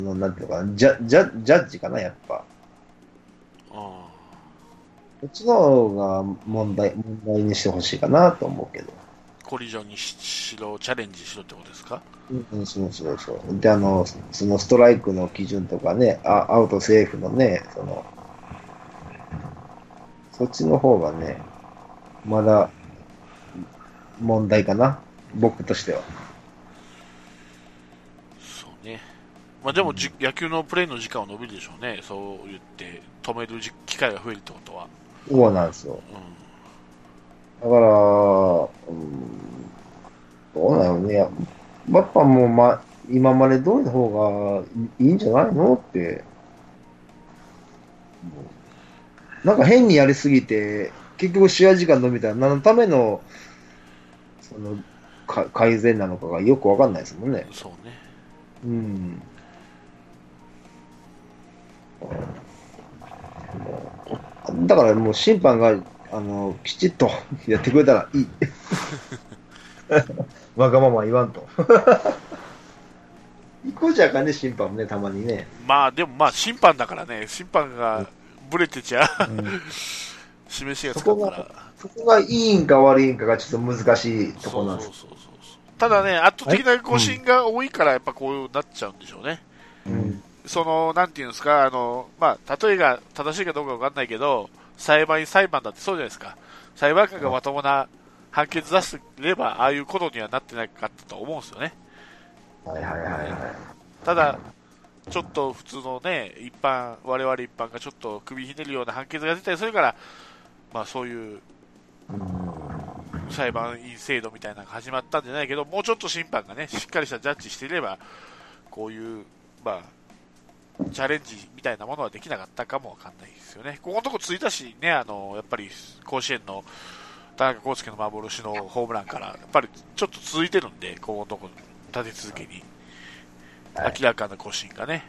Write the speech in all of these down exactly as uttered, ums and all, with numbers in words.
のなんていうのかな、ジャジャジャッジかな、やっぱ。 あこっちの方が問題、問題にしてほしいかなと思うけど。 コリジョンにししろ、チャレンジしろってことですか？ うん、そうそうそう。で、あの、そのストライクの基準とかね、あアウトセーフのね、その、そっちの方がね、まだ問題かな、僕としては。 そうね。まあでもじ、野球のプレーの時間は伸びるでしょうね。そう言って止めるじ機会が増えるってことは。 そうなんですよ。 うだから、うん、どうなのね。ややっぱもう、ま、今まで通りの方がいいんじゃないのって、なんか変にやりすぎて、結局試合時間伸びたら何のための、その、か改善なのかがよくわかんないですもんね。 ん。そうね。 うん。だからもう審判が、あの、きちっとやってくれたらいい。わがまま言わんと。行こうじゃあかんね、審判もね、たまにね。 まあでもまあ審判だからね、審判がブレてちゃ、 うん、 示しがそこが、 つかうから。 そこがいいんか悪いんかがちょっと難しいとこそうろなんです。 そうそうそう。ただね、圧倒あれ的な誤うん。 審が多いからやっぱこうなっちゃうんでしょうね。 うん。 その、なんていうんですか、あの、まあ、例えが正しいかどうかわかんないけど、裁判員裁判だってそうじゃないですか。裁判官がまともな判決出してれば、ああいうことにはなってなかったと思うんですよね。 はいはいはいはい。 ただ、ちょっと普通のね、一般、我々一般がちょっと首ひねるような判決が出たりするから、まあそういう裁判員制度みたいなのが始まったんじゃないけど、もうちょっと審判がね、しっかりしたジャッジしていれば、こういう、まあ、チャレンジみたいなものはできなかったかもわかんないですよね。ここのとこついたしね、あの、やっぱり甲子園の田中康介の幻のホームランから、やっぱりちょっと続いてるんで、ここのとこ立て続けに、明らかな更新がね。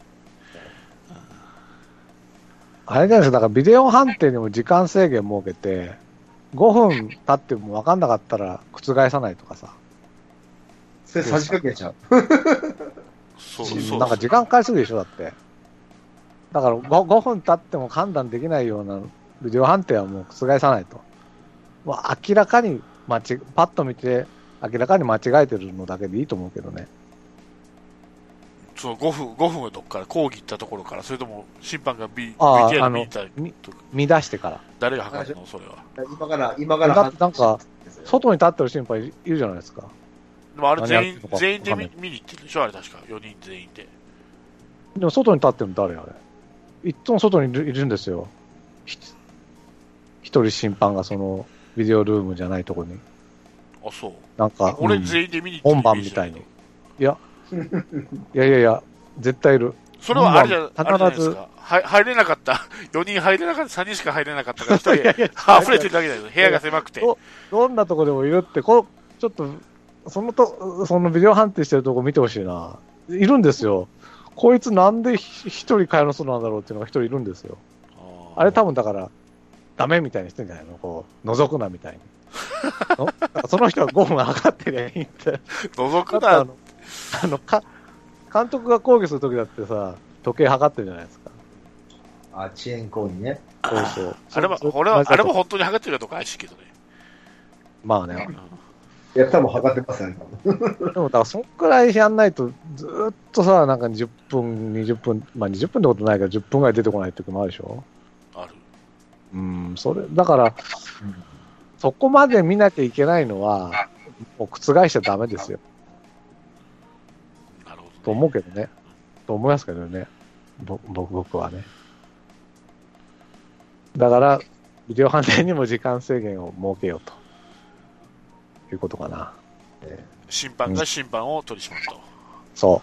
あれじゃないですか、だからビデオ判定にも時間制限設けて、ごふん経っても分かんなかったら覆さないとかさ。 それさじかけちゃう。 そうそうそう。 なんか時間かかりすぎでしょ、だって。だから 5, ごふん経っても判断できないようなビデオ判定はもう覆さないと。まあ、明らかに間違、パッと見て明らかに間違えてるのだけでいいと思うけどね。 そのごふん、ごふんはどっから、抗議行ったところから、それとも審判が B、 ああ、 ブイティーアールあの見たみとか、 見出してから。 誰が測るのそれは。 今から、今からだってなんか、外に立ってる審判いるじゃないですか。 でもあれ全員何やってるの、か全員でわかんない見見に行ってるでしょあれ確か。よにん全員で。 でも外に立ってるの誰あれ。いつも外にいるいるんですよ。ひ一人審判がそのビデオルームじゃないとこに。 あ、そう。 なんか、 俺うん全員で見に行ってる本番みたいに。いや、いやいやいや、絶対いる。 それはあれじゃ、あれじゃない必ずですか。は入れなかった。よにん入れなかった。さんにんしか入れなかったから、ひとり溢れてるだけだよ。部屋が狭くて。 どどんなとこでもいるって、こうちょっと、そのと、そのビデオ判定してるとこ見てほしいな。いるんですよ。こいつなんでひ一人買いのそうなんだろうっていうのが一人いるんですよ。 ああれ多分だから、ダメみたいにしてんじゃないのこう、覗くなみたいに。のその人はごふん測ってりゃいいって。 覗くな。 だってあの、あのか、監督が抗議するときだってさ、時計測ってるじゃないですか。 あ、遅延行為ね。 そうそう。 あれは、 そ俺は、あれもも。 本当に測ってるかどうか怪しいけどね。 まあね。 いや、多分測ってますよね。 でも、だから、そんくらいやんないと、ずーっとさ、なんかじゅっぷん、にじゅっぷん、まあにじゅっぷんってことないけど、じゅっぷんぐらい出てこない時もあるでしょ。 ある。 うん、それ、だから、そこまで見なきゃいけないのは、もう覆しちゃダメですよ。 なるほど、ね。 と思うけどね。と思いますけどね。ぼ僕僕はね。だから、ビデオ判定にも時間制限を設けようと。いうことかな。 審判が審判を取り締まると。 そう。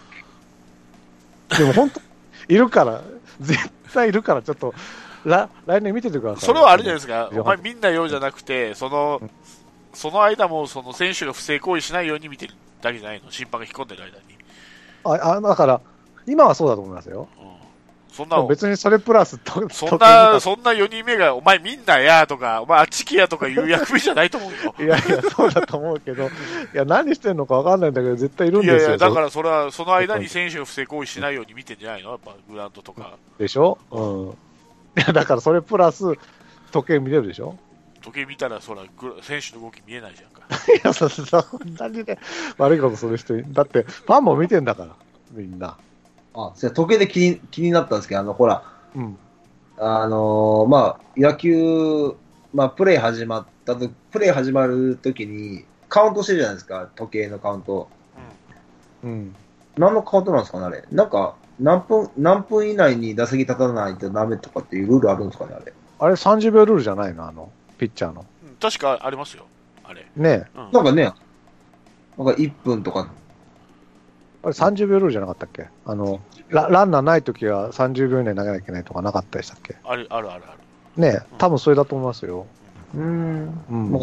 でも本当、いるから、絶対いるから、ちょっと、来来年見ててください。 それはあれじゃないですか。 うんお前みんなようじゃなくて、その、その間もその選手が不正行為しないように見てるだけじゃないの。審判が引っ込んでる間に。 ああだから、今はそうだと思いますよ。 うん、 そんな、 別にそれプラスと、 そんな、そんなよにんめが、お前みんなやとか、お前あっちきやとかいう役目じゃないと思うよ。 いやいや、そうだと思うけど、いや、何してんのかわかんないんだけど、絶対いるんですよ。 いやいや、だからそれは、その間に選手が不正行為しないように見てんじゃないのやっぱ、グラウンドとか。 でしょうん。いや、だからそれプラス、時計見れるでしょ時計見たら、そら、選手の動き見えないじゃんか。 いや、そんなにね、悪いことする人い、だって、ファンも見てんだから、みんな。 あ、それ時計で気に気になったんですけど、あの、ほら、 うん。 あのーまあ、野球、まあ、プレイ始まったと、プレイ始まるときに、カウントしてるじゃないですか、時計のカウント。 うん。 何のカウントなんですかね、あれ。なんか、何分、何分以内に打席立たないとダメとかっていうルールあるんですかね、あれ。 あれさんじゅうびょうルールじゃないのあの、ピッチャーの。 うん、確かありますよ、あれ。 ねえ。 うん、 なんかね、なんかいっぷんとか。 あれさんじゅうびょうルールじゃなかったっけあの、ラランナーないときはさんじゅうびょう以内に投げなきゃいけないとかなかったでしたっけある、あるあるある。 ねえ、多分それだと思いますよ。 うーん。 うん。 なんか、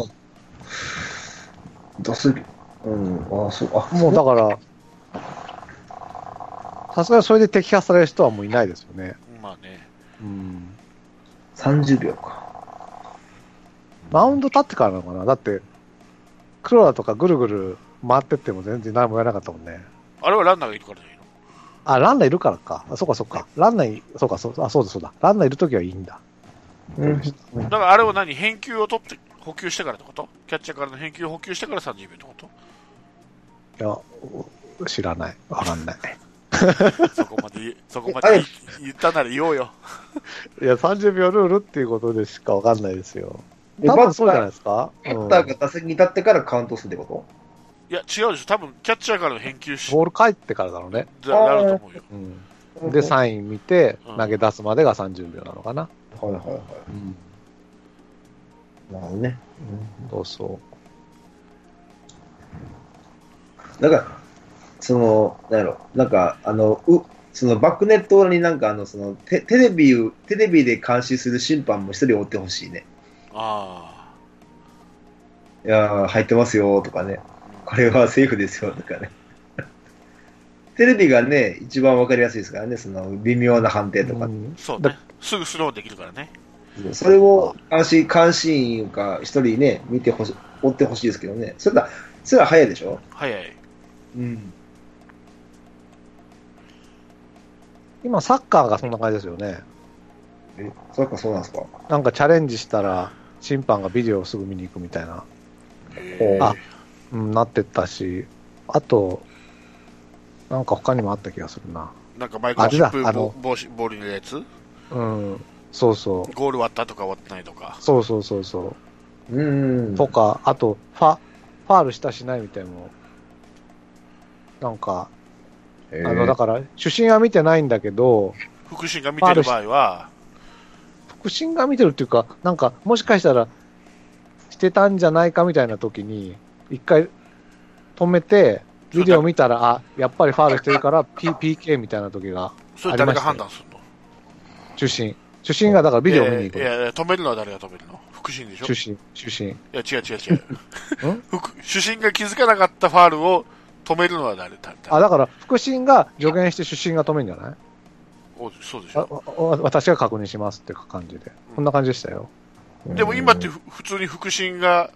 打席、うん、あ、そう、あ、 もうだから、さすがにそれで摘発される人はもういないですよね。 まあね。 うん。 さんじゅうびょうか。 マウンド立ってからなのかなだって、黒田とかぐるぐる回ってっても全然何もやらなかったもんね。 あれはランナーがいるからじゃないの？ あ、ランナーいるからか。あ、そうかそうか。ランナーい、そうかそう、あ、そうだそうだ。ランナーいるときはいいんだ。 うん。 だからあれを何返球を取って補給してからってこと？キャッチャーからの返球を補給してからさんじゅうびょうってこいや、知らない。わかんない。 と？そこまで、そこまで言ったなら言おうよ。 いや、さんじゅうびょうルールっていうことでしかわかんないですよ。多分そうじゃないですか。 バッターが打席に立ってからカウントするってこと？ いや、違うでしょ。多分、キャッチャーからの返球し、 ボール返ってからだろうね。 なると思うよ。 うん。で、サイン見てうん、 投げ出すまでがさんじゅうびょうなのかな。 はいはいはい。 うん。 なるほどね。 そうそだから、その、なんやろ、なんか、あの、う、そのバックネット裏になんかあの、その、テテレビを、テレビで監視する審判も一人おってほしいね。 あいやー、入ってますよとかね。これはセーフですよとかね。テレビがね、一番わかりやすいですからね、その微妙な判定う。 とか。 うんあ、そうね。すぐスローできるからね。 それを監視、監視員が一人ね、見てほし、追ってほしいですけどね。それだ、それは早いでしょ？ 早い。 うん。 今、サッカーがそんな感じですよね。 え、そっか、そうなんですか。 なんかチャレンジしたら、審判がビデオをすぐ見に行くみたいな、 へーあうん、なってったし、あと、なんか他にもあった気がするな。 なんかマイクロチップあれだあのボーボールのやつうん、そうそう。 ゴール割ったとか割ってないとか。 そうそうそうそうーん。 う。とか、あと、ファ、ファールしたしないみたいなのも、なんか、 えーあの、だから、主審は見てないんだけど、 副審が見てる場合は、 副審が見てるっていうか、なんか、もしかしたら、してたんじゃないかみたいな時に、一回止めて、ビデオ見たら、あ、やっぱりファールしてるから、P、ピーケー みたいな時が、 それ誰が判断するの？ 主審。主審がだからビデオ見に行くい。やいや、止めるのは誰が止めるの？副審でしょ？ 主審、主審。 いや、違う違う違う。副主審が気づかなかったファールを止めるのは誰だあ、だから、副審が助言して主審が止めるんじゃないおそうでしあょ？ わ私が確認しますって感じで。こんな感じでしたよ。 でも今ってふ普通に副審が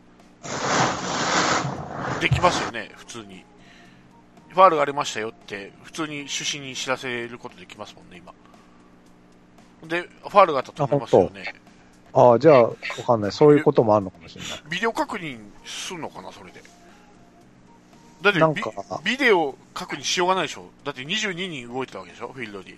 できますよね、普通に。ファールがありましたよって、普通に主審に知らせることできますもんね、今。で、ファールがあったと思いますよね。 ああ、じゃあ、わかんない。そういうこともあるのかもしれない。 ビデオ確認するのかな、それで。だってビなんか、 ビデオ確認しようがないでしょ。だってにじゅうににん動いてたわけでしょ、フィールドに。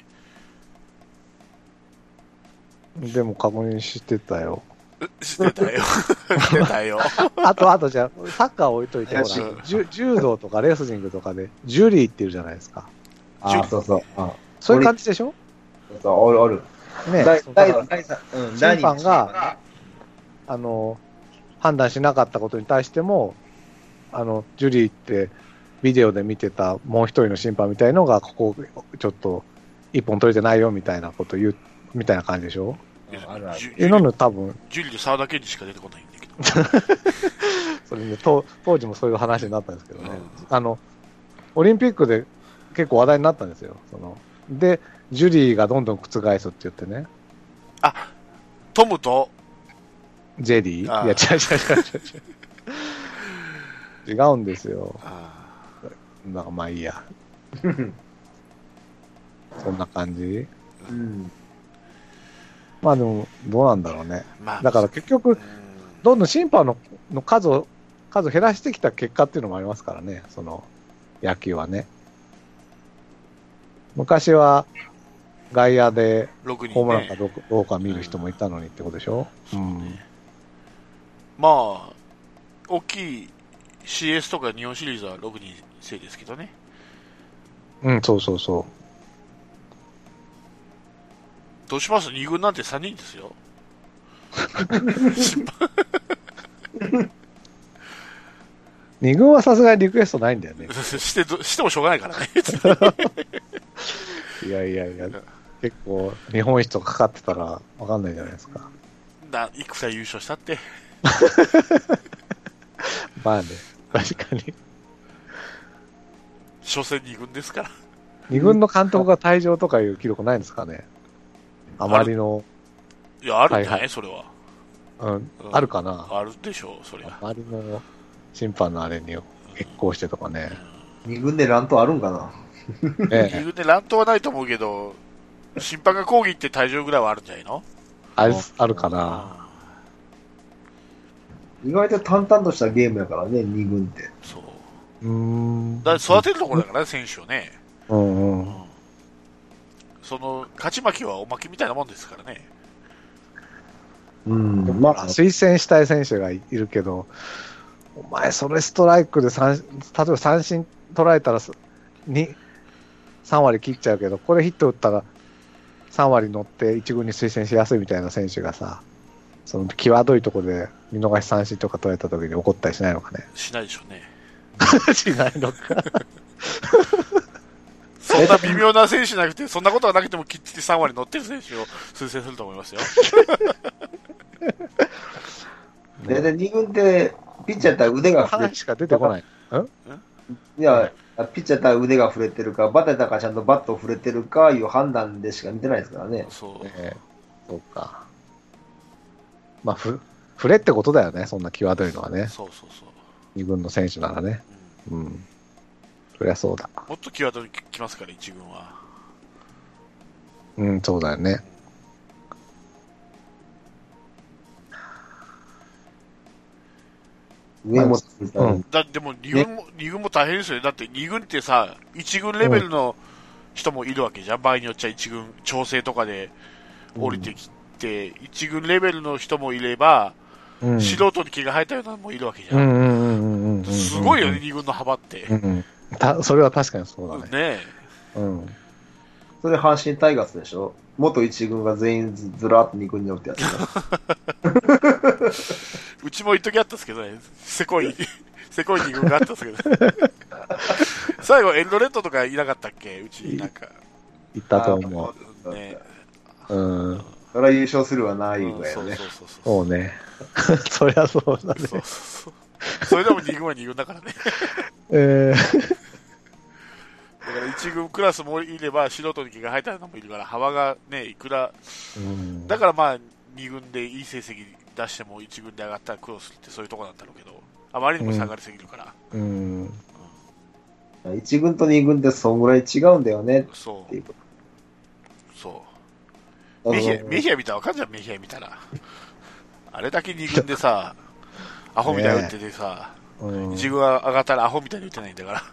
でも確認してたよ。 してたよ。してたよ。 あと、あとじゃあ、サッカー置いといて、ほら、 怪しい柔柔道とかレスリングとかで、ジュリーっていうじゃないですか。 あ、そうそう。あ、 そういう感じでしょそうそう、あるある。 ね第そうだから第第三うん、 審判が、あの、判断しなかったことに対しても、あの、ジュリーって、ビデオで見てたもう一人の審判みたいのが、ここ、ちょっと、一本取れてないよみたいなこと言う、みたいな感じでしょあるあるジュいうの多分、 ジュリーと沢田研二しか出てこないんだけど。 それね、当当時もそういう話になったんですけどね、 うんあの、オリンピックで結構話題になったんですよ。その、 で、ジュリーがどんどん覆すって言ってね。 あ、トムと、 ジェリーいあーや、違う違う違う違う違う。違うんですよ。 あなんかまあいいや。そんな感じうん。 まあでも、どうなんだろうね。 ーまあ、 だから結局うん、 どんどん審判のの数を、数を減らしてきた結果っていうのもありますからね。その、野球はね。昔は、外野でろくにんね、 ホームランかどうかどうか見る人もいたのにってことでしょ、 そうね。まあ、大きい シーエス とか日本シリーズはろくにん制ですけどね。 うん、うん、そうそうそどうします？に軍なんてさんにんですよ。 う。に軍はさすがにリクエストないんだよね。 してど、してもしょうがないからね。 いやいやいや、結構日本一とかかかってたらわかんないじゃないですか。 な、いくら優勝したって。 まあね、確かに。 初戦に軍ですから。 に軍の監督が退場とかいう記録ないんですかね。あまりの、 いや、あるんじゃない、 はいはいそれは。 うん、 うんあるかな。 あるでしょう、そりゃ。 あまりの審判のあれに激高してとかね。 二軍で乱闘あるんかな。 にね軍で乱闘はないと思うけど、審判が抗議って退場ぐらいはあるんじゃないの？ あれあるかな。 意外と淡々としたゲームやからね、二軍って。 そう。 うーん。 だから育てるところだからね、選手をね。 うんうん。 うんその、勝ち負けはおまけみたいなもんですからね。 うん。まあ、 推薦したい選手がいるけど、お前それストライクで三、例えば三振取られたらにさん割切っちゃうけど、これヒット打ったらさん割乗って一軍に推薦しやすいみたいな選手がさ、その際どいところで見逃し三振とか取られた時に怒ったりしないのかね。 しないでしょうね。 しないのか。 そんな微妙な選手じゃなくて、そんなことがなくてもきっちりさん割乗ってる選手を推薦すると思いますよ。 大体二軍って、ピッチャーやったら腕が振れ話しか出てこない。んいや、ピッチャーやったら腕が触れてるか、バッターやったらちゃんとバットを触れてるかいう判断でしか見てないですからね。 そう。 ねえそうか。まあ、ふ、触れってことだよね、そんな際どいのはね。 そうそうそう。 二軍の選手ならね。うん。そりゃそうだ。 もっと際どいきますから、一軍は。 うん、そうだよね。 上も、 うんだでも二軍も、二軍も大変ですよね。だって二軍ってさ、一軍レベルの人もいるわけじゃん。場合によっちゃ一軍調整とかで降りてきて、一軍レベルの人もいれば、 うん。 素人に毛が生えたようなのもいるわけじゃん。 うんうんうんうんうん。 すごいよね、二軍の幅って。 うんうん。た、それは確かにそうだね。 ねえ。 うん。 それ阪神タイガースでしょ。元一軍が全員ずずらーっと二軍におってやつ。 うちも一時あったんですけどね、せこい、せこい二軍があったんですけど、最後エンドレッドとかいなかったっけうちなんか。 いったと思ねう。うん。 それは優勝するわな、 う、 いうんぐらいよね。 そうそうそうそう。 そうね。そりゃそうだね。 そうそうそうそれでも二軍は二軍だからね。 えだから一軍クラスもいれば素人に毛が生えたのもいるから幅がね、いくら、 ーうん。 だからまあ二軍でいい成績出しても一軍で上がったら苦労するってそういうとこなんだろうけど、あまりにも下がりすぎるから。 うん。 一軍と二軍ってそんぐらい違うんだよねそうっていうこ。 そう。メヒア、メヒア見たらわかんじゃん、メヒア見たら。あれだけ二軍でさ、アホみたいに打っててさ、 うん。 一軍が上がったらアホみたいに打てないんだから。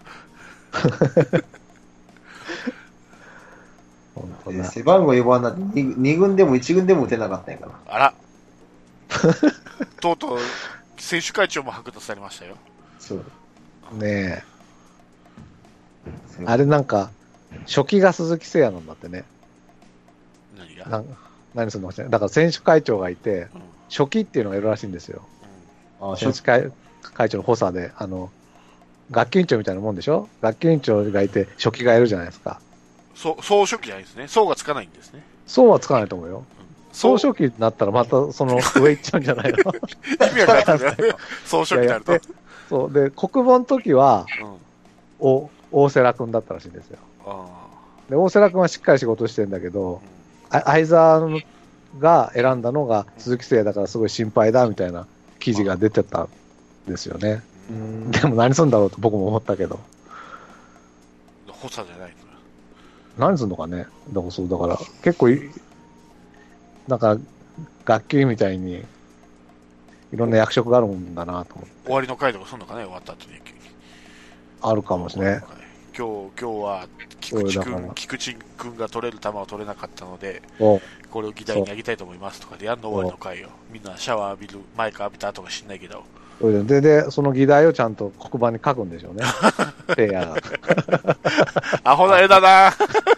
本当だ。 背番号よばんなって二二軍でも一軍でも打てなかったんやから。 あら。とうとう、選手会長も剥奪されましたよ。 そう。 ねえ。あれなんか、初期が鈴木誠也なんだってね。 何がなん何するのかしら。だから選手会長がいて、 うん初期っていうのがいるらしいんですよ。 あ選手会会長の補佐で、あの、学級委員長みたいなもんでしょ。学級委員長がいて、初期がいるじゃないですか。 そう、総書記じゃないですね。総がつかないんですね。 そうはつかないと思うよ。総総書記になったらまたその上行っちゃうんじゃないの意味わかんないね。総書記になると。 いやいやでそう。で、国母の時は、 うん。 お、大瀬良君だったらしいんですよ。 あで、大瀬良君はしっかり仕事してるんだけど、あ相沢が選んだのが鈴木誠也だからすごい心配だみたいな記事が出てたんですよね。 うん。 でも何すんだろうと僕も思ったけど。 補佐じゃないの何すんのかね。だからそう、だから結構い、なんか学級委員みたいにいろんな役職があるんだなと思って。 終わりの会とかするのかね、終わった後に。 あるかもしれない。 今日、今日は菊池君、菊池君が取れる球を取れなかったので、これを議題にあげたいと思いますとかでやんの終わりの会を。みんなシャワー浴びる、マイク浴びた後か知んないけど。 で、で、その議題をちゃんと黒板に書くんでしょうね。ペアが。 アホな絵だな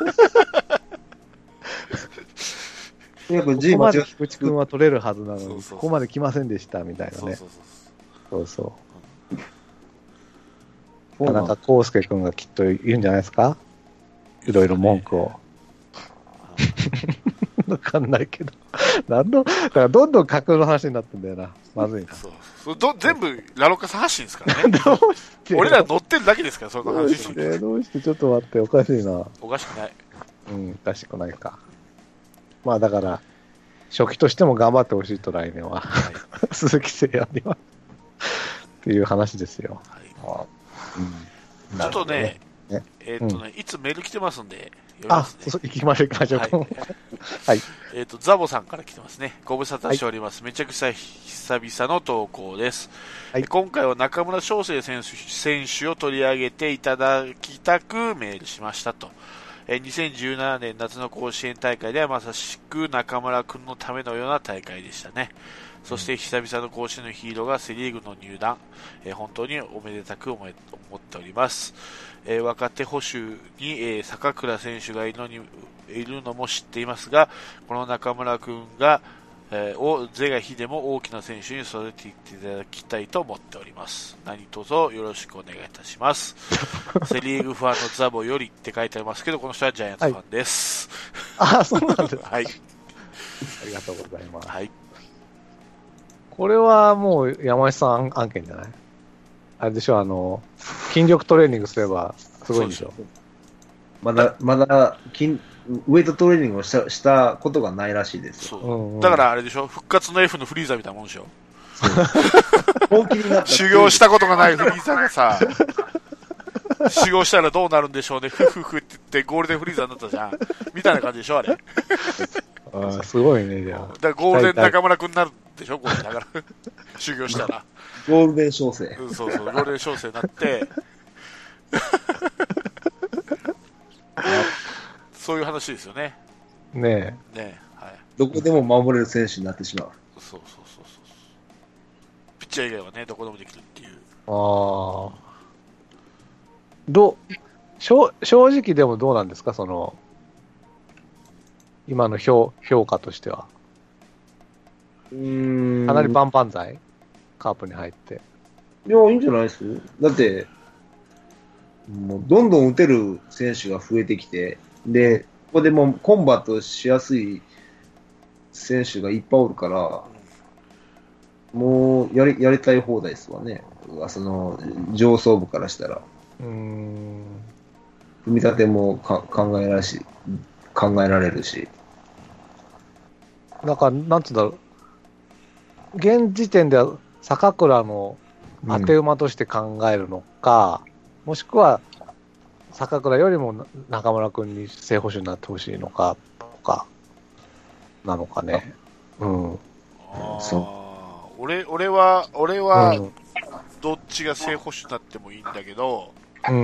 やっぱこ G こまで間違っ菊池君は取れるはずなのに、 そうそうそうここまで来ませんでしたみたいなね。 そうそうそうそうそう。 そうなん田中康介君がきっと言うんじゃないですか、いろいろ文句を。わかんないけど。なんの、だからどんどん架空の話になってんだよな。まずいな。 そうそうど全部ラロカス発信ですからね。 どうして俺ら乗ってるだけですから、そのどう話に。 してどうしてちょっと待って、おかしいな。 おかしくない。 うん、おかしくないか。まあだから、初期としても頑張ってほしいと来年は。 はい。 鈴木誠也には。っていう話ですよ。 はいうん、 ちょっとね、 ねえっ、とね、いつメール来てますんで、読みあ、 ますね。 そう行きましょう行きましょう。 はいはい。 えっと、ザボさんから来てますね。ご無沙汰しております。めちゃくちゃ久々の投稿です。 はい今回は中村翔成選手選手を取り上げていただきたくメールしましたと。えーにせんじゅうななねん夏の甲子園大会ではまさしく中村君のためのような大会でしたね。そして久々の甲子園のヒーローがセリーグの入団、えー本当におめでたく思え思っております。えー若手捕手に、えー坂倉選手がいるのにいるのも知っていますが、この中村君が、えー、を是が非でも大きな選手に育てていっていただきたいと思っております。何卒よろしくお願いいたします。セリーグファンのザボよりって書いてありますけど、この人はジャイアンツファンです。 あ、そうなんです。 はい。 ありがとうございます。 はい。 これはもう山下さん案件じゃない？あれでしょ、あの、筋力トレーニングすればすごいんでしょ。 まだ、まだ筋、ウェイトトレーニングをしたしたことがないらしいですよ。 そう、 うんうんだからあれでしょ、復活の F のフリーザみたいなもんでしょ。 本気になった修行したことがないフリーザがさ、修行したらどうなるんでしょうね、ふふふって言ってゴールデンフリーザになったじゃん。みたいな感じでしょ、あれ。 あすごいね、じゃだからゴールデン中村くんになるでしょ、これだから。修行したら。 ゴールデン小生。 うん、そうそう、ゴールデン小生になって、そういう話ですよね。 あ。ねえ。 ねはい。 どこでも守れる選手になってしまう。 そうそうそうそう。ピッチャー以外はね、どこでもできるっていう。 ああ。どう、正正直でもどうなんですか、その、今の評評価としては。 うーん。 かなり万々歳カープに入って。 いや、いいんじゃないですだって、もうどんどん打てる選手が増えてきて、で、ここでもうコンバットしやすい選手がいっぱいおるから、もうやりやりたい放題ですわね。その上層部からしたら。 うーん。 組み立てもか考えられるし、考えられるし。 なんか、なんつうんだろう。現時点では坂倉の当て馬として考えるのか、うん、もしくは坂倉よりも中村君に正捕手になってほしいのかとかなのかね。うん。 あそ俺俺は俺はうんどっちが正捕手になってもいいんだけど、 うん。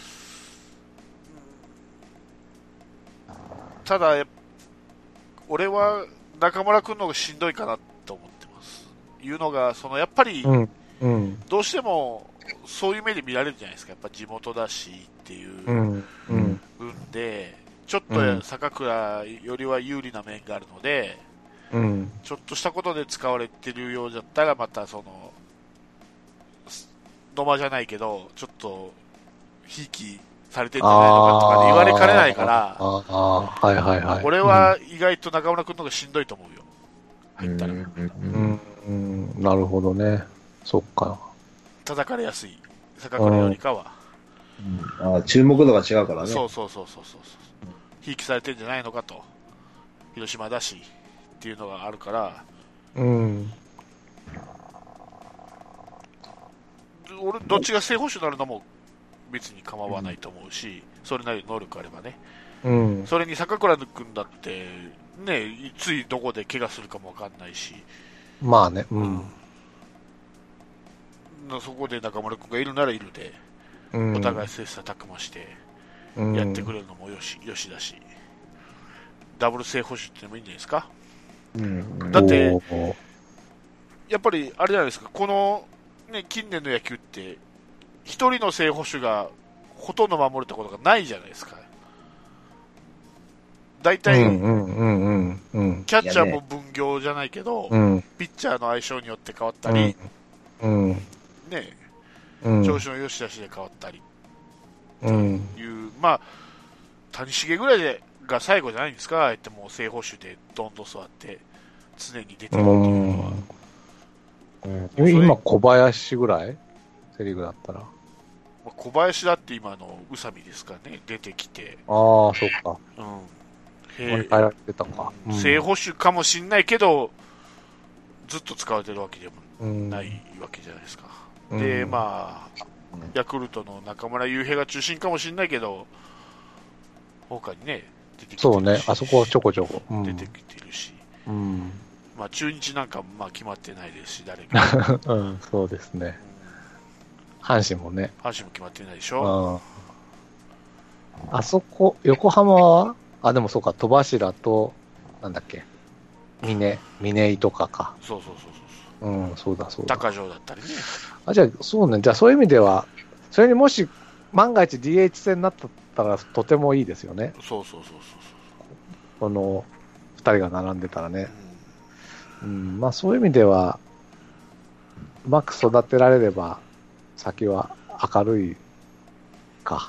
ただ俺は中村君の方がしんどいかなと思ってます。いうのがそのやっぱり、 うんうん、 どうしてもそういう目で見られるじゃないですか。やっぱ地元だしっていううんうん分で、ちょっと坂倉よりは有利な面があるので、 うん、 ちょっとしたことで使われてるようだったらまたその野間じゃないけどちょっとひいきされてるんじゃないのかとかで言われかねないから、 ああ、はいはいはい。 俺は意外と中村君の方がしんどいと思うよ。入ったら。 うんうんうん、なるほどね。そっか。 叩かれやすい。坂倉よりかは。 うん、あ注目度が違うからね。 そうそうそうそうそう。 ひいきされてるんじゃないのかと、広島だしっていうのがあるから、 うん、 俺どっちが正捕手になるのも別に構わないと思うし、それなりの能力あればね、 うん、 それに坂倉君だってね、いついどこで怪我するかも分かんないし、 まあね、うん、 うん、そこで中村君がいるならいるで、うん、お互い切磋琢磨してやってくれるのもよし、よしだし、ダブル正捕手ってのもいいんじゃないですか。うん、だってやっぱりあれじゃないですか、この、ね、近年の野球って一人の正捕手がほとんど守れたことがないじゃないですか。大体、キャッチャーも分業じゃないけど、うん、ピッチャーの相性によって変わったり、うんうん、ね、うん、調子の良し悪しで変わったり、うん、いう、まあ、谷繁ぐらいでが最後じゃないんですか、あえてもう正捕手でどんどん座って常に出てくるっていうのは。 うん、今、小林ぐらいセリーグだったら。 小林だって今の宇佐美ですかね、出てきて。 ああ、そうか。 うん。 変えられてたか。 うん、正捕手かもしんないけど、ずっと使われてるわけでもないわけじゃないですか。うん、で、まあ、ヤクルトの中村悠平が中心かもしんないけど、他にね、出てきてるし。 そうね、あそこはちょこちょこ。 うん、出てきてるし。うん、まあ、中日なんかまあ決まってないですし、誰か。うん、そうですね。阪神もね。 阪神も決まってないでしょ。 あそこ、横浜はあ、でもそうか、戸柱と、なんだっけ、峰、峰井とかか。 そうそうそうそう。 うん、そうだそうだ。 高城だったりね。 あ、じゃあ、そうね。じゃあ、そういう意味では、それにもし、万が一 ディーエイチ 戦になったら、とてもいいですよね。 そうそうそうそう。 この、二人が並んでたらね。うん、うん、まあ、そういう意味では、うまく育てられれば、先は明るいか。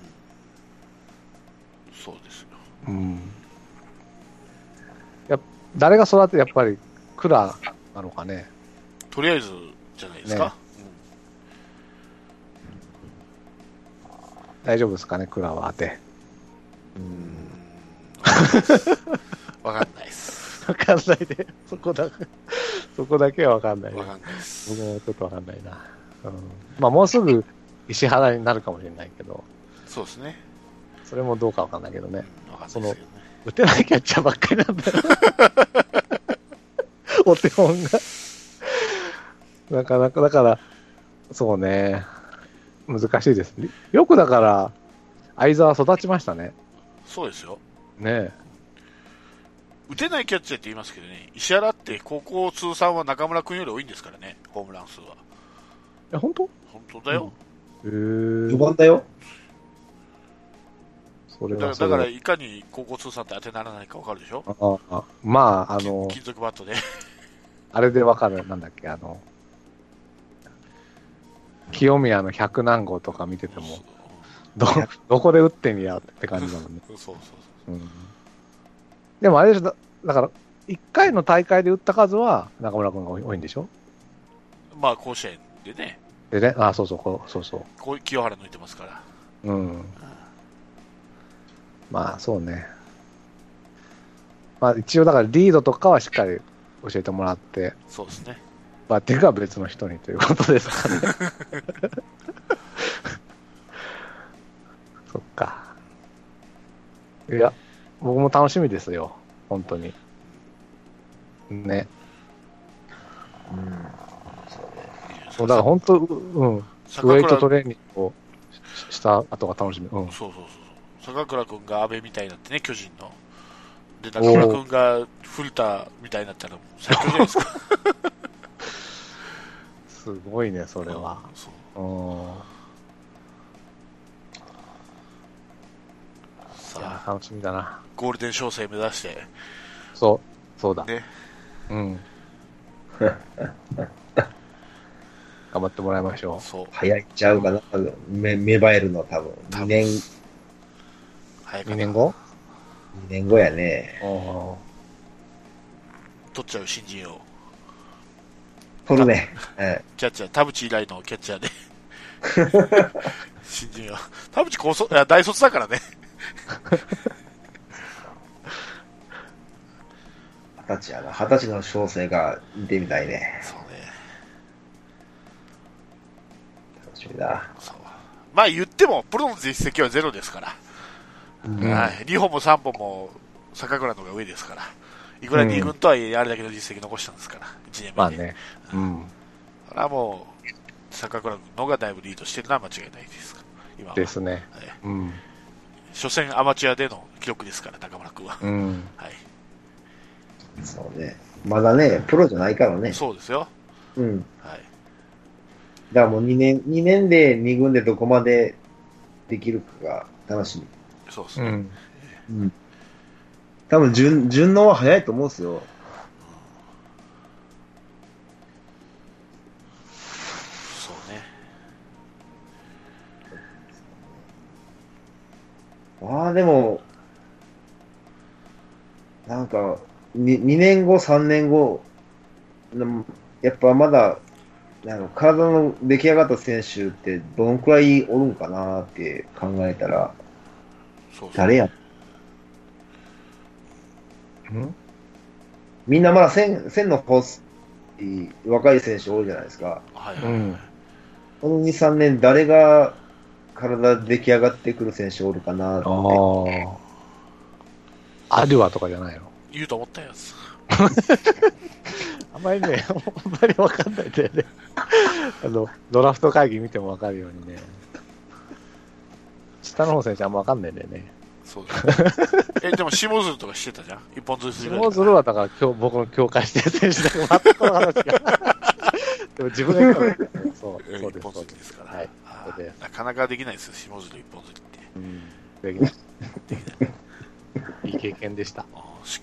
うん、そうですよ。 うん。や誰が育て、やっぱり、蔵なのかね。 とりあえずじゃないですか。ね、 うん、大丈夫ですかね、蔵は当て。 うーん。わかんないです。 わかんないで、そこだ、そこだけはわかんない。 わかんないです。 僕もちょっとわかんないな。うん、まあ、もうすぐ石原になるかもしれないけど。 そうですね。 それもどうかわかんないけどね。 うん、わかんないですけどね。 打てないキャッチャーばっかりなんだよ。お手本が。なかなか、だから、そうね。難しいですね。よくだから、相沢育ちましたね。 そうですよ。 ねえ。 打てないキャッチャーって言いますけどね、石原って高校通算は中村君より多いんですからね、ホームラン数は。 え、本当？ 本当だよ。 へ、うん、 よんばんだよ。 それはだから、いかに高校通算って当てならないか分かるでしょ。 ああ、まあ、あの、 金属バットで。 あれで分かる、なんだっけ、あの、清宮の百何号とか見てても、ど、どこで打ってんやって感じだもんね。 そうそうそう。うん、 でもあれでしょ、だ, だから、いっかいの大会で打った数は中村君が多いんでしょ。 まあ、甲子園でね。 でね、あ、そうそう、こうそうそう。 こう清原抜いてますから。うん。うん、 まあ、そうね。まあ、一応、だからリードとかはしっかり教えてもらって。 そうですね。 バッティングは別の人にということですかね。そっか。いや、僕も楽しみですよ。本当に。ね。うん。そうだから本当、うん。ウェイトトレーニングをした後が楽しみ。うん。 そうそうそう。坂倉君が阿部みたいになってね、巨人の。で、中村君が古田みたいになったら最高じゃないですか。 すごいね、それは。そう。うん。さあ、楽しみだな。 ゴールデン商戦目指して。 そう、そうだ。 ね。 うん。頑張ってもらいましょう。 そう。早いっちゃうかな、め芽生えるの多分。にねん。 早いかな。にねんご ? に 年後やね。 取っちゃう新人を。 取るね。 キャッチャー、田淵以来のキャッチャーで。新人は。田淵高卒、いや、大卒だからね。 二十歳やな。二十歳の小生が見てみたいね。 そうね。 楽しみだ。 そう。まあ言っても、プロの実績はゼロですから。 うん、 はい。にほんもさんぼんも坂倉の方が上ですから。いくらに軍とはいえ、あれだけの実績残したんですから、いちねんめで。 まあね。うん。 それはもう、坂倉のがだいぶリードしてるのは間違いないですか。今は。 ですね。 はい。 うん。 初戦アマチュアでの記録ですから、中村君は。 うん。 はい。 そうね。まだね、プロじゃないからね。 そうですよ。 うん。 はい。 だからもうにねん、にねんでに軍でどこまでできるかが楽しみ。 そうですね。 うん。 うん。多分順、順応は早いと思うんですよ。 そうね。 ああ、でも、なんか、ににねんご、さんねんご、うんやっぱまだ、なんか体の出来上がった選手ってどのくらいおるんかなって考えたら、 そうそう。 誰やうんみんなまだ線、線のコース、若い選手多いじゃないですか。 はいはい、はい。 うん。 このに、さんねん誰が体出来上がってくる選手おるかなって。 ああ。アデュアとかじゃないの？ 言うと思ったやつ。 あんまりね、あんまりわかんないんだよね。あの、ドラフト会議見てもわかるようにね。下の方選手あんまわかんないんだよね。 そうですね。え、でも、下鶴とかしてたじゃん一本釣りするぐらい下鶴はだから今日僕の境界してる選手だから全くこの話が。でも自分が言ったら、そう、そうです。 一本釣りですから。 はい。 あそうでなかなかできないですよ、下鶴一本釣りって。 うん。できない。できない。いい経験でした。 あし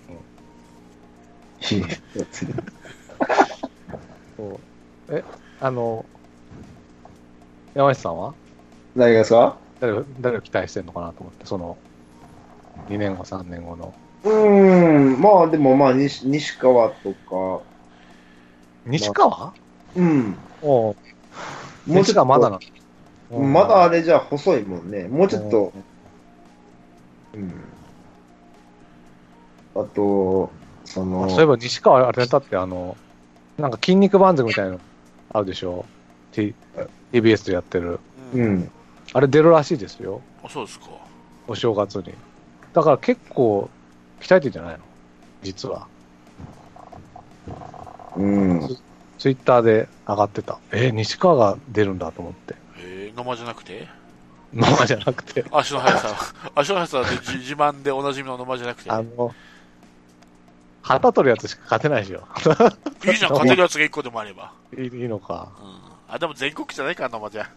そうえ、あの、山下さんは何がですか？ 誰を、誰を期待してるのかなと思って、その、にねんご、さんねんごの。 うーん、まあでもまあ西、西川とか、 西川、 うん。 おうもうちょっと、 西川まだなのまだあれじゃ細いもんね。もうちょっと、うん。あと、その、 あそういえば西川あれだってあの、なんか筋肉番付みたいなのあるでしょ T、ティービーエス でやってる。 うん。 あれ出るらしいですよ。 あ、そうですか。 お正月に。だから結構鍛えてんじゃないの実は。 うん。 ツイッターで上がってた。えー、西川が出るんだと思って。 えー、野間じゃなくて野間じゃなくて。 足の速さ。足の速さで自自慢でおなじみの野間じゃなくて。 あの、旗取るやつしか勝てないでしょ。 いいじゃん、勝てるやつがいっこでもあれば。 いいいいのか。 うん。あ、でも全国区じゃないか、野間じゃ。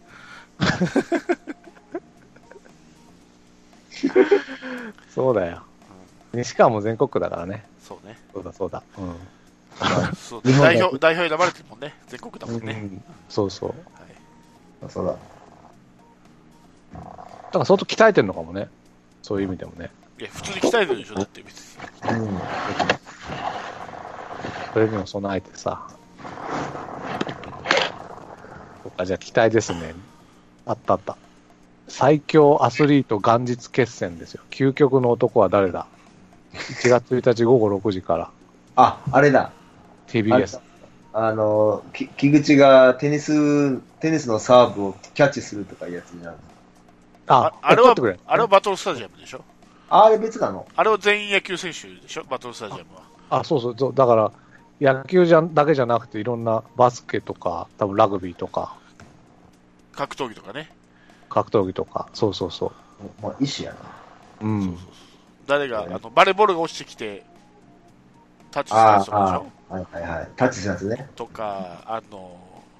そうだよ。西川も全国区だからね。 そうね。 そうだそうだ。うん。 そう代表、代表選ばれてるもんね。全国だもんね。 うん、そうそう。 はい、 あそうだ。 だから相当鍛えてるのかもね。そういう意味でもね。 いや、普通に鍛えてるでしょ、だって別に。 うん。 それにも備えてさ。そっか、じゃあ期待ですね。あったあった。最強アスリート元日決戦ですよ。究極の男は誰だ ?いち 月ついたち午後ろくじからあ、あれだ。 ティービーエス。 ああの、き木口がテニス、テニスのサーブをキャッチするとかいうやつになる。 あ、 ああれは撮ってくれ、 あれはバトルスタジアムでしょあれ別なの？ あれは全員野球選手でしょバトルスタジアムは。 あ、そうそうそう。だから、野球じゃだけじゃなくて、いろんなバスケとか、多分ラグビーとか、 格闘技とかね。 格闘技とか、そうそうそまあ、医師やな。 う。うん。 そうそうそう誰が、あの、バレーボールが落ちてきて、タッチしたやつとかでしょあはいはいはい。タッチしたやつね。 とか、あの、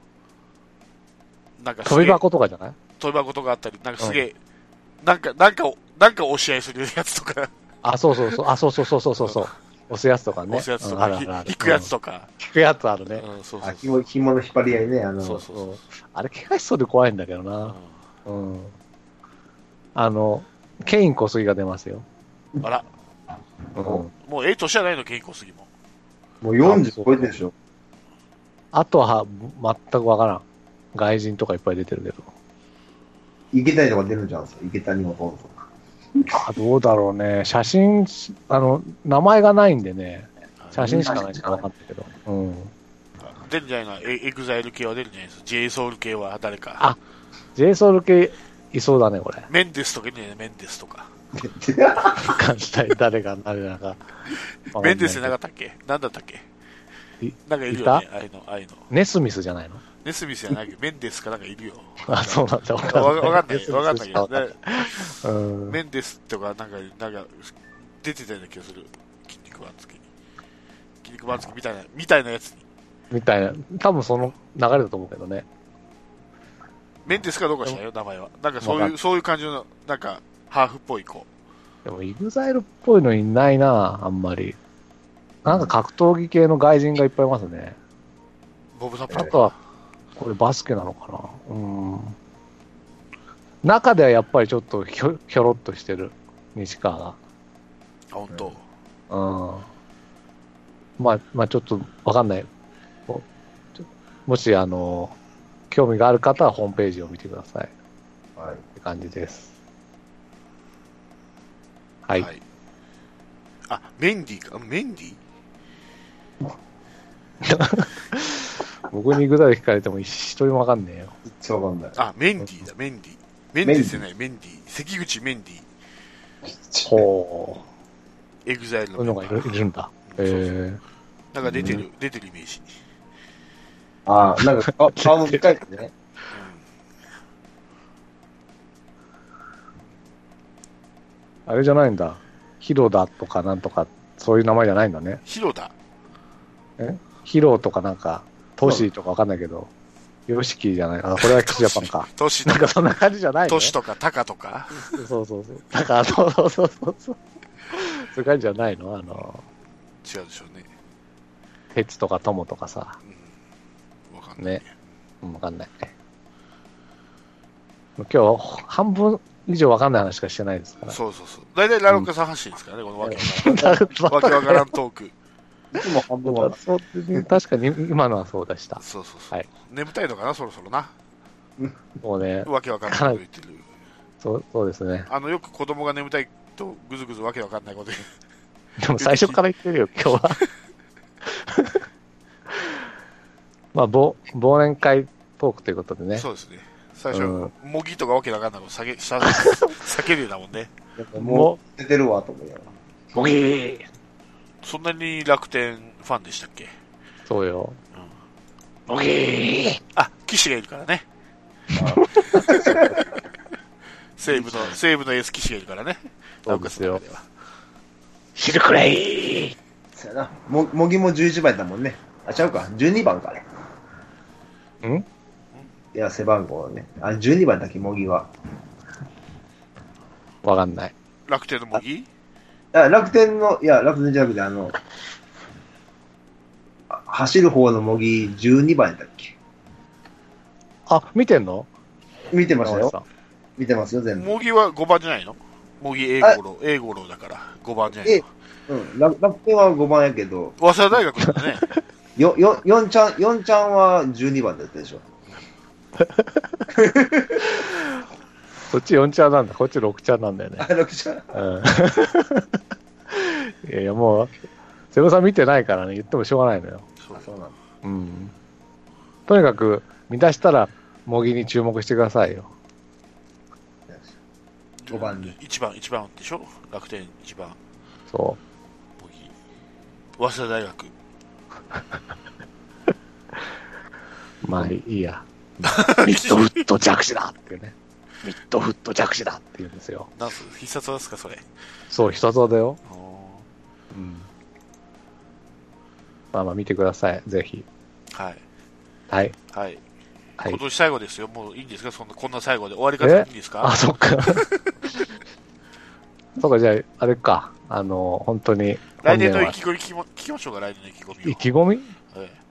なんか飛び箱とかじゃない飛び箱とかあったり、なんかすげえ、うん、なんか、なんか、なんか押し合いするやつとか。 あ、そうそうそう。あ、そうそうそうそうそうそう。押すやつとかね。 押すやつとか、 うん、あるある引くやつとか。 引くやつあるね。 うん、そうそうそう。 あ、紐、紐の引っ張り合いね。あの、 そうそうそう。 あれ、怪我しそうで怖いんだけどな。うん。うん、あの、ケイン小杉が出ますよ。 あら。 うん、 もうええ年じゃないの、ケイン小杉も。 もうよんじゅう超えてるでしょ。 あとは、全くわからん。外人とかいっぱい出てるけど。 池谷とか出るんじゃんすよ。池谷もとか。 あ、どうだろうね。写真、あの、名前がないんでね。 写真しかないしか分かんないけど。うん。 出るんじゃないの？エエグザイル系は出るんじゃないですか？ J ソウル系は誰か。 あ、J ソウル系いそうだね、これ。 メンデスとかいるんじゃない？メンデスとか。 感じたい、誰が誰だか。 メンデスじゃなかったっけ？なんだったっけ？なんかいるよね、ああいうの、ああいうの。 ネスミスじゃないの？ ネスミスじゃないけど、メンデスかなんかいるよ。 あ、そうなんだ、わかんない。 わかんない、わかんないけど、ね、 うん、 メンデスとかなんか、なんか、出てたような気がする。筋肉番付に。筋肉番付みたいな、みたいなやつに。 みたいな。多分その流れだと思うけどね。 メンデスかどうかしないよ、名前は。なんかそういう、そういう感じの、なんか、ハーフっぽい子。 でも、イグザイルっぽいのいないな、あんまり。なんか格闘技系の外人がいっぱいいますね。 ボブサップ。 あとは、これバスケなのかな。うん。中ではやっぱりちょっとひょひょろっとしてる、西川が。 あ、本当。 うん。まあ、まあちょっとわかんない。も, もし、あの、興味がある方はホームページを見てください。 はい。 って感じです。はい。はい、 あ、メンディーか。メンディー僕に具体で聞かれても一人もわかんねえよ。 一応わかんない。 あ、メンディーだ、メンディー。メンディーじゃない、メンディー。関口メンディー。 ほう。エグザイルのメンバー。そういうのがいるんだ。へえー。 なんか出てる、うん、出てるイメージ。 ああ、なんか顔顔も近いですね。 うん、あれじゃないんだ。ヒロだとかなんとか、そういう名前じゃないんだね。 ヒロだ。 えヒロとかなんか、トシとかわかんないけど、ヨシキじゃない。あ、これはキジャパンか。 トシなんかそんな感じじゃないの？ トシとかタカとか。 そうそうそう。タカ、そうそうそうそう。そういう感じじゃないの？あの、 違うでしょうね。 テツとかトモとかさ。 うん。わかんない。ね。 うん、わかんない。今日、半分以上わかんない話しかしてないですから。 そうそうそう。大体ラロッカさん発信ですからね、うん、このわけわからん。わけわからんトーク。 いつも半分はそう確かに今のはそうでした。 そうそうそう。 はい、 眠たいのかな、そろそろな。 もうね。 わけわかんないこと言ってる。 そうそうですね。 あの、よく子供が眠たいとぐずぐずわけわかんないことでも最初から言ってるよ、今日は。まあ、忘年会トークということでね。 そうですね。最初、うん、模擬とかわけわかんないこと避け、避けるようなもんね。 もう出てるわと思いながら。 模擬そんなに楽天ファンでしたっけ？ そうよ。 模擬あ、騎士がいるからね。西武の、西武のエース騎士がいるからね。 そうですよ。昼くらいそうやな。も、模擬もじゅういちばんだもんね。あ、ちゃうか。じゅうにばんかね。 んいや、背番号ね。あ、じゅうにばんだっけ、模擬は。 わかんない。 楽天の模擬？ いや、楽天の、いや、楽天じゃなくて、あの、走る方の模擬じゅうにばんだっけ。 あ、見てんの？ 見てましたよ。見てますよ、全部。 模擬はごばんじゃないの？模擬 A 五郎、A 五郎だからごばんじゃないの？ うん、楽, 楽天はごばんやけど。 早稲田大学だね。 よ、よ、よんちゃん、よんちゃんはじゅうにばんだったでしょ。 こっちよんちゃんなんだ、こっちろくちゃんなんだよね。 あ、ろくちゃん。 うん。いやいや、もう、瀬尾さん見てないからね、言ってもしょうがないのよ。 そうそうなんだ。 うん。とにかく、見出したら、模擬に注目してくださいよ。 ごばんに。 いちばん、いちばんでしょ？楽天いちばん。 そう。 模擬。早稲田大学。 まあ、いいや。ミッドフット弱視だっていうね。ミッドフット弱視だって言うんですよ。 なんす必殺技ですか、それ。 そう、必殺技だよ。うん。まあまあ見てください、ぜひ。 はい。 はい。 はい。 はい、 今年最後ですよ。もういいんですか？そんな、こんな最後で終わり方でいいんですか？ あ、そっか。そうか、じゃあ、あれか。あの、本当に。 来年の意気込み聞きま、聞きましょうか、来年の意気込みを。 意気込み？ ええ、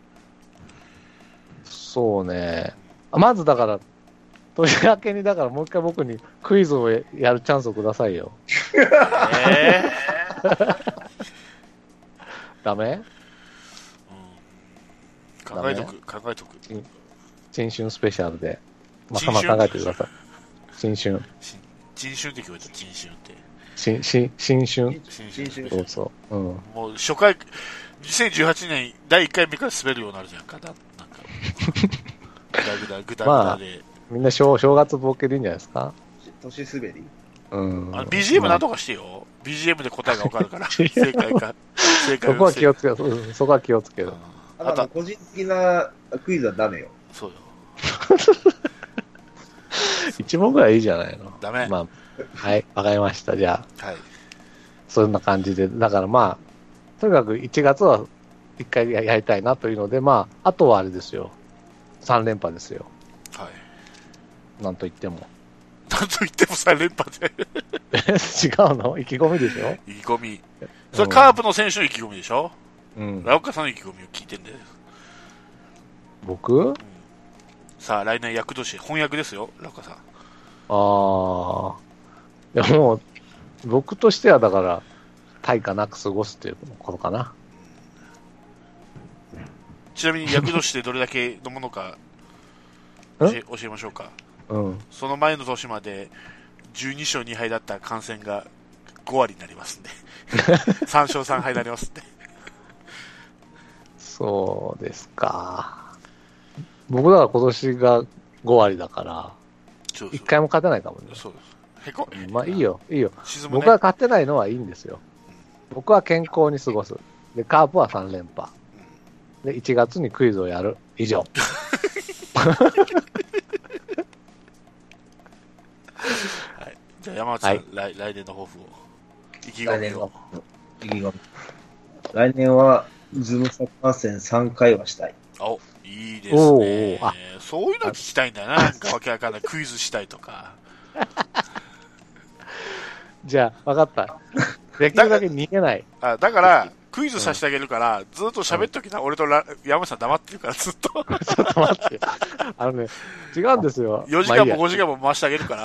そうね。まずだから、年明けにだからもう一回僕にクイズをやるチャンスをくださいよ。 えー、ダメ？ うん、考えとく、考えとく。 新春スペシャルで。まあ、まあ考えてください。新春。 新春って聞こえた、新春って。 新、新、新春。 新春そうそう。うん。 もう初回、にせんじゅうはちねんだいいっかいめから滑るようになるじゃんか。ななんか、ぐだぐだぐだぐだで。 まあ、みんな正正月ボケでいいんじゃないですか。 年滑りうん。 あの ビージーエム なんとかしてよ。ビージーエム で答えがわかるから。正解か。正解そこは気をつける。うん、そこは気をつける。 あと、個人的なクイズはダメよ。 そうよ。 一問ぐらいいいじゃないの。 ダメ。 まあ、はい、わかりました。じゃあ、 はい。 そんな感じで。だからまあ、とにかくいちがつは一回ややりたいなというので、まあ、あとはあれですよ。さん連覇ですよ。 はい。 なんと言っても。 なんと言ってもさん連覇で。 違うの意気込みでしょ意気込み。それカープの選手の意気込みでしょ。 うん。 ラオカさんの意気込みを聞いてんだよ。 僕、うん、 さあ、来年役年、翻訳ですよ、ラオカさん。 ああ。いや、もう、僕としてはだから、対価なく過ごすっていうことかな。 ちなみに役年でどれだけのものか教え、教えましょうか。 うん。 その前の年までじゅうにしょうにはいだった感染がごわりになりますんで。さんしょうさんはいになりますんで。 そうですか。僕だから今年がごわりだから、 そうそういっかいも勝てないかもね。 そうです。へこ、 まあいいよ、いいよ。 ね、 僕が勝てないのはいいんですよ。僕は健康に過ごす。で、カープはさん連覇。で、いちがつにクイズをやる。以上。 はい、じゃあ山内さん、はい、来, 来年の抱負を。意気込みを。 意気込み。来年は、ズムサッカー戦さんかいはしたい。 お、いいですね。そういうの聞きたいんだな。なんかわけわかんない。クイズしたいとか。 じゃあ、わかった。できるだけ逃げない。 あ、だから、クイズさせてあげるから、うん、ずっと喋っときな、うん、俺と山内さん黙ってるから、ずっと。 ちょっと待って。あのね、違うんですよ。 よじかんもごじかんも回してあげるから。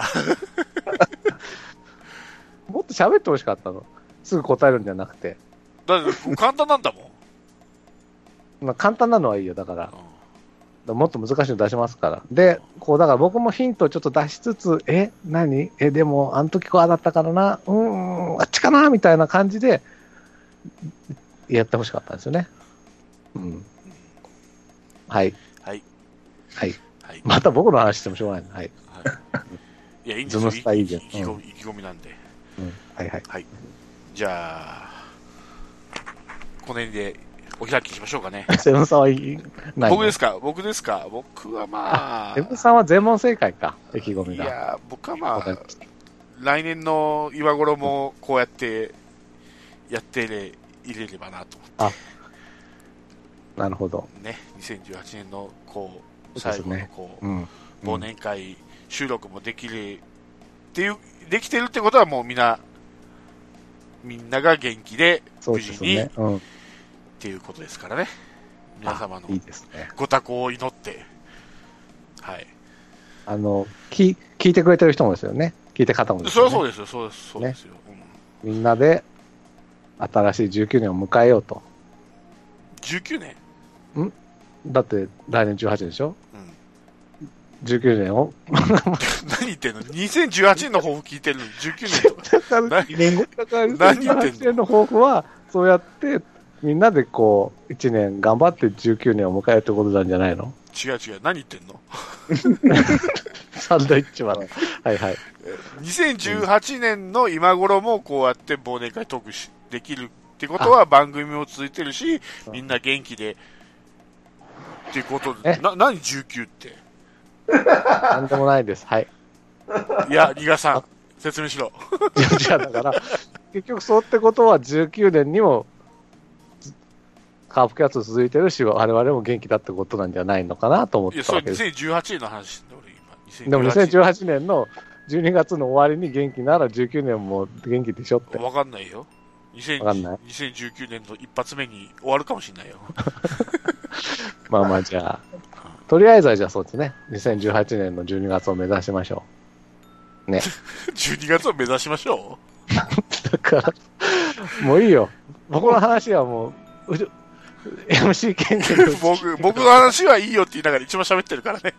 もっと喋ってほしかったの。すぐ答えるんじゃなくて。 だって簡単なんだもん。まあ、簡単なのはいいよ、だから。うん、もっと難しいの出しますから。で、こう、だから僕もヒントをちょっと出しつつ、え、何え、でも、あの時こうだったからな、うーん、あっちかなみたいな感じで、やってほしかったんですよね。うん。はい。 はい。 はい。はい、また僕の話してもしょうがない。はい。 はい、いや、いいんですよ。 ズムスタいいじゃん。 意気込み、意気込みなんで。 うん。はいはい。 はい。じゃあ、この辺でお開きしましょうかね。 セブンさんはいいない僕ですか僕ですか僕はまあ。 セブンさんは全問正解か。意気込みが。 いや、僕はまあ、来年の今頃もこうやってやってれ、入れればなと思って。あ、 なるほど。 ね、にせんじゅうはちねんのこう、最後のこう、 うねうん、忘年会収録もできるっていう、できてるってことはもうみんな、みんなが元気で無事に、ね、うん、っていうことですからね。皆様のご多幸を祈って、はい。 あの、聞、聞いてくれてる人もですよね。聞いて方もですよね。 そうそうですよ、そうです、そうですよ、ねうん。みんなで新しいじゅうきゅうねんを迎えようと。 じゅうきゅうねんんだって来年じゅうはちでしょ、うん、じゅうきゅうねんを何言ってんの ?にせんじゅうはちねんの抱負聞いてるのにじゅうきゅうねんとか。 何言ってんのだからにせんじゅうはちねんの抱負は、そうやってみんなでこう、いちねん頑張ってじゅうきゅうねんを迎えるってことなんじゃないの？ 違う違う、何言ってんのサンドイッチマン。はいはい。 にせんじゅうはちねんの今頃もこうやって忘年会トークしできるってことは番組も続いてるし、みんな元気でっていうことで、な、何じゅうきゅうって。 なんでもないです。はい。 いや、リガさん、説明しろ。 いや、じゃあだから、結局そうってことはじゅうきゅうねんにも、カープキャッツ続いてるし、我々も元気だってことなんじゃないのかなと思ってたわけです。 いや、それにせんじゅうはちねんの話で、俺今。 でもにせんじゅうはちねんのじゅうにがつの終わりに元気ならじゅうきゅうねんも元気でしょって。 わかんないよ。にせんじゅうきゅうねんの一発目に終わるかもしれないよ。 まあまあじゃあ、とりあえずはじゃあそうですね。にせんじゅうはちねんのじゅうにがつを目指しましょう。ね。 じゅうにがつを目指しましょうだから、もういいよ。僕の話はもう、う エムシー 権限僕、僕の話はいいよって言いながら一番喋ってるからね。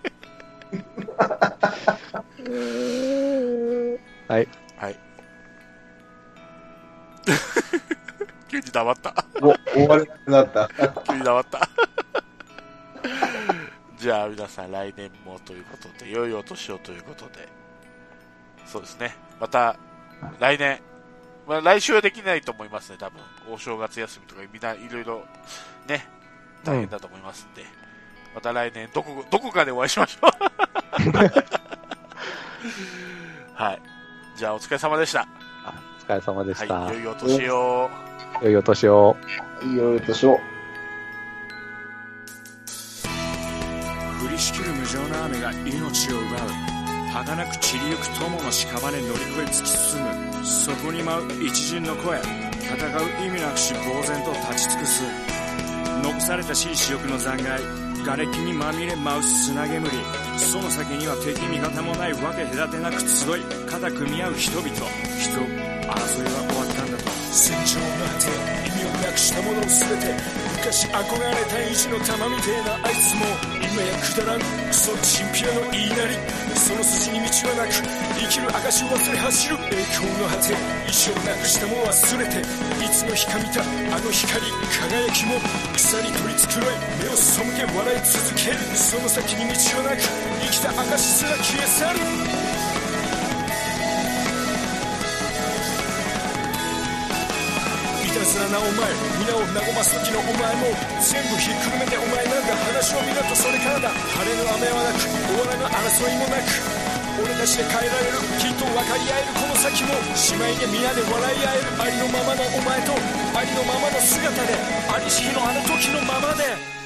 はい。 はい。 急に黙った。 お、終われなくなった。 急に黙った。じゃあ皆さん来年もということで、良いお年をということで、そうですね。また来年、まあ、来週はできないと思いますね。多分お正月休みとかみんないろいろね大変だと思いますんで、うん、また来年どこどこかでお会いしましょう。はい。じゃあお疲れ様でした。 お疲れ様でした。 はい、良いお年を。 良いお年を。 良いお年を。 降りしきる無情な雨が命を奪う。儚く散りゆく友の屍乗り越え突き進む。そこに舞う一陣の声、戦う意味なくし呆然と立ち尽くす。残されたしい死翼の残骸、瓦礫にまみれ舞う砂煙。その先には敵味方もないわけ隔てなく集い肩組み合う人々。人争いは終わったんだと。戦場の果て、意味をなくしたものを全て、昔憧れた意地の玉みてえなあいつも今やくだらんクソチンピラの言いなり。その筋に道はなく生きる証を忘れ走る。栄光の果て、意志をなくしたもの忘れて、いつの日か見たあの光輝きも草に取り繕い目を背け笑い続ける。その先に道はなく生きた証すら消え去る。いたずらなお前、皆を和ます時のお前も全部ひっくるめてお前なんだ。話を見るとそれからだ。晴れの雨はなく終わらぬ争いもなく、俺たちで変えられる、きっと分かり合えるこの先も。姉妹で皆で笑い合える、ありのままのお前とありのままの姿で、ありし日のあの時のままで。